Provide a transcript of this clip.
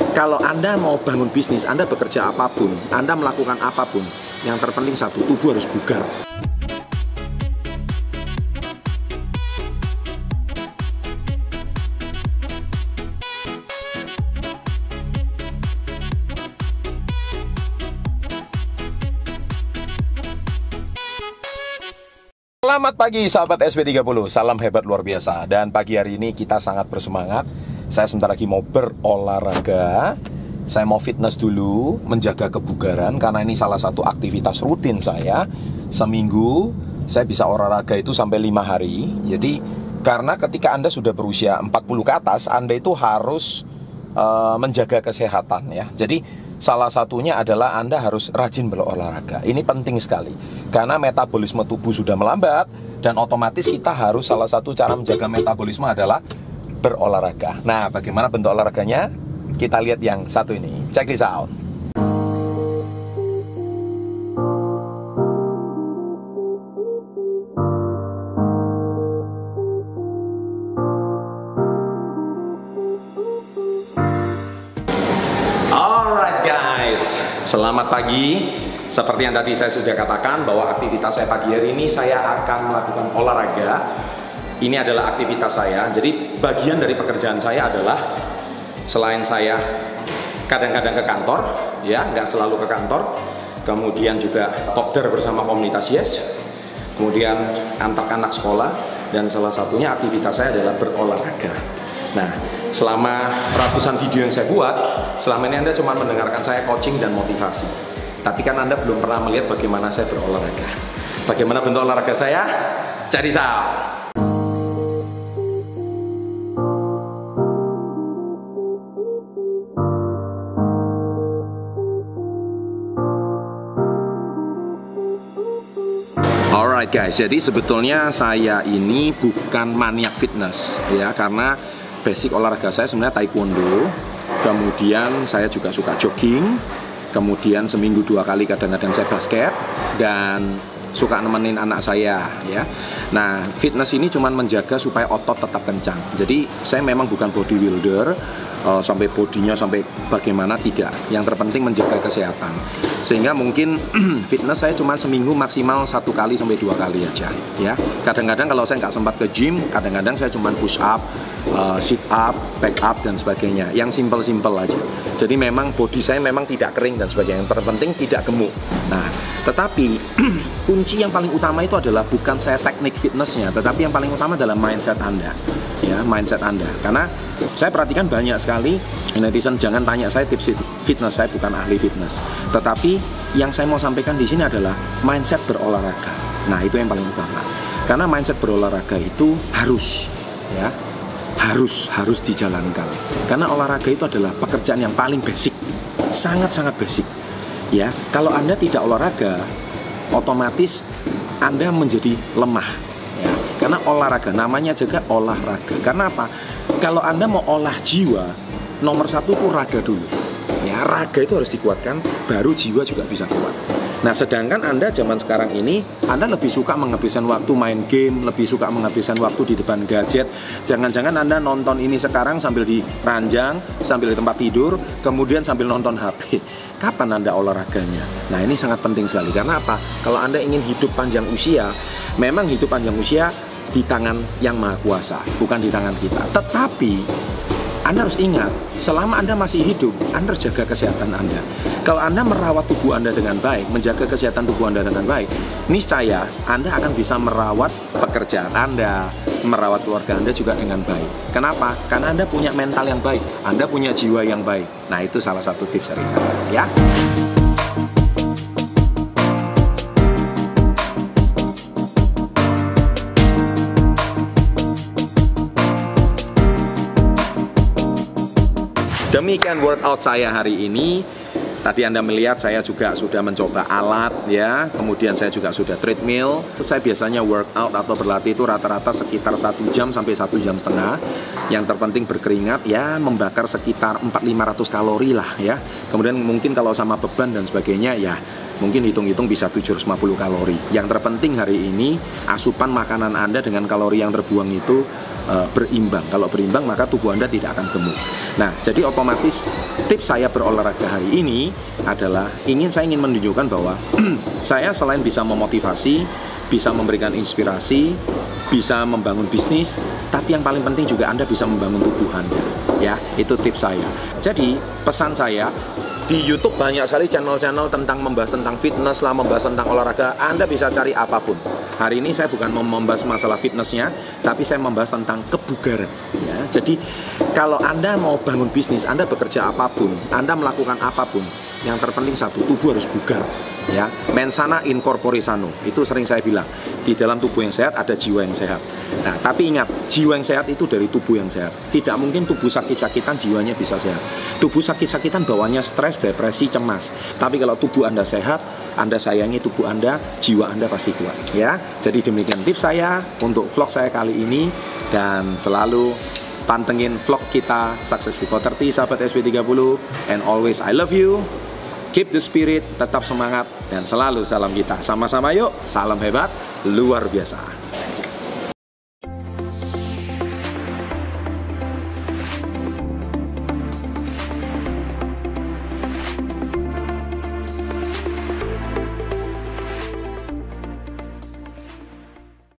Kalau Anda mau bangun bisnis, Anda bekerja apapun, Anda melakukan apapun, yang terpenting satu, tubuh harus bugar. Selamat pagi sahabat SP30, salam hebat luar biasa. Dan pagi hari ini kita sangat bersemangat. Saya sebentar lagi mau berolahraga. Saya mau fitness dulu, menjaga kebugaran, karena ini salah satu aktivitas rutin saya. Seminggu saya bisa olahraga itu sampai 5 hari. Jadi karena ketika Anda sudah berusia 40 ke atas, Anda itu harus menjaga kesehatan ya. Jadi salah satunya adalah Anda harus rajin berolahraga. Ini penting sekali karena metabolisme tubuh sudah melambat, dan otomatis kita harus, salah satu cara menjaga metabolisme adalah berolahraga. Nah, bagaimana bentuk olahraganya? Kita lihat yang satu ini. Check this out. Selamat pagi. Seperti yang tadi saya sudah katakan bahwa aktivitas saya pagi hari ini saya akan melakukan olahraga. Ini adalah aktivitas saya. Jadi bagian dari pekerjaan saya adalah selain saya kadang-kadang ke kantor, ya nggak selalu ke kantor. Kemudian juga kopdar bersama komunitas Yes. Kemudian antar anak sekolah, dan salah satunya aktivitas saya adalah berolahraga. Nah, selama ratusan video yang saya buat, selama ini Anda cuma mendengarkan saya coaching dan motivasi. Tapi kan Anda belum pernah melihat bagaimana saya berolahraga. Bagaimana bentuk olahraga saya? Cari saya. Alright guys, jadi sebetulnya saya ini bukan maniak fitness ya, karena basic olahraga saya sebenarnya taekwondo. Kemudian saya juga suka jogging. Kemudian seminggu 2 kali kadang-kadang saya basket, dan suka nemenin anak saya ya. Nah, fitness ini cuma menjaga supaya otot tetap kencang. Jadi saya memang bukan bodybuilder sampai bodinya sampai bagaimana, tidak. Yang terpenting menjaga kesehatan. Sehingga mungkin fitness saya cuma seminggu maksimal 1 kali sampai 2 kali aja ya. Kadang-kadang kalau saya nggak sempat ke gym, kadang-kadang saya cuma push up, sit up, back up dan sebagainya. Yang simple-simple aja. Jadi memang body saya memang tidak kering dan sebagainya. Yang terpenting tidak gemuk. Nah, tetapi kunci yang paling utama itu adalah bukan saya teknik fitnessnya, tetapi yang paling utama adalah mindset Anda ya, mindset Anda. Karena saya perhatikan banyak sekali netizen, jangan tanya saya tips fitness, saya bukan ahli fitness. Tetapi yang saya mau sampaikan di sini adalah mindset berolahraga. Nah, itu yang paling utama. Karena mindset berolahraga itu harus ya, harus dijalankan. Karena olahraga itu adalah pekerjaan yang paling basic, sangat-sangat basic. Ya, kalau Anda tidak olahraga, otomatis Anda menjadi lemah. Ya, karena olahraga, namanya juga olahraga. Karena apa? Kalau Anda mau olah jiwa, nomor 1 itu raga dulu. Ya, raga itu harus dikuatkan, baru jiwa juga bisa kuat. Nah, sedangkan Anda zaman sekarang ini, Anda lebih suka menghabiskan waktu main game, lebih suka menghabiskan waktu di depan gadget. Jangan-jangan Anda nonton ini sekarang sambil di ranjang, sambil di tempat tidur, kemudian sambil nonton HP. Kapan Anda olahraganya? Nah, ini sangat penting sekali. Karena apa? Kalau Anda ingin hidup panjang usia, memang hidup panjang usia di tangan Yang Maha Kuasa, bukan di tangan kita. Tetapi Anda harus ingat, selama Anda masih hidup, Anda harus jaga kesehatan Anda. Kalau Anda merawat tubuh Anda dengan baik, menjaga kesehatan tubuh Anda dengan baik, niscaya Anda akan bisa merawat pekerjaan Anda, merawat keluarga Anda juga dengan baik. Kenapa? Karena Anda punya mental yang baik, Anda punya jiwa yang baik. Nah, itu salah satu tips dari saya ya. Demikian workout saya hari ini. Tadi Anda melihat saya juga sudah mencoba alat ya. Kemudian saya juga sudah treadmill. Saya biasanya workout atau berlatih itu rata-rata sekitar 1 jam sampai 1,5 jam. Yang terpenting berkeringat ya, membakar sekitar 400-500 kalori lah ya. Kemudian mungkin kalau sama beban dan sebagainya ya, mungkin hitung-hitung bisa 750 kalori. Yang terpenting hari ini asupan makanan Anda dengan kalori yang terbuang itu berimbang. Kalau berimbang maka tubuh Anda tidak akan gemuk. Nah, jadi otomatis tips saya berolahraga hari ini adalah saya ingin menunjukkan bahwa saya selain bisa memotivasi, bisa memberikan inspirasi, bisa membangun bisnis, tapi yang paling penting juga Anda bisa membangun tubuh Anda. Ya, itu tips saya. Jadi, pesan saya, di YouTube banyak sekali channel-channel membahas tentang fitness lah, membahas tentang olahraga. Anda bisa cari apapun. Hari ini saya bukan membahas masalah fitnessnya, tapi saya membahas tentang kebugaran. Ya, jadi kalau Anda mau bangun bisnis, Anda bekerja apapun, Anda melakukan apapun, yang terpenting satu, tubuh harus bugar. Ya, mensana in corpore sano. Itu sering saya bilang. Di dalam tubuh yang sehat ada jiwa yang sehat. Nah, tapi ingat, jiwa yang sehat itu dari tubuh yang sehat. Tidak mungkin tubuh sakit-sakitan jiwanya bisa sehat. Tubuh sakit-sakitan bawahnya stres, depresi, cemas. Tapi kalau tubuh Anda sehat, Anda sayangi tubuh Anda, jiwa Anda pasti kuat. Ya, jadi demikian tips saya untuk vlog saya kali ini, dan selalu pantengin vlog kita Success Before 30 sahabat SP30, and always I love you. Keep the spirit, tetap semangat, dan selalu salam kita. Sama-sama yuk, salam hebat, luar biasa.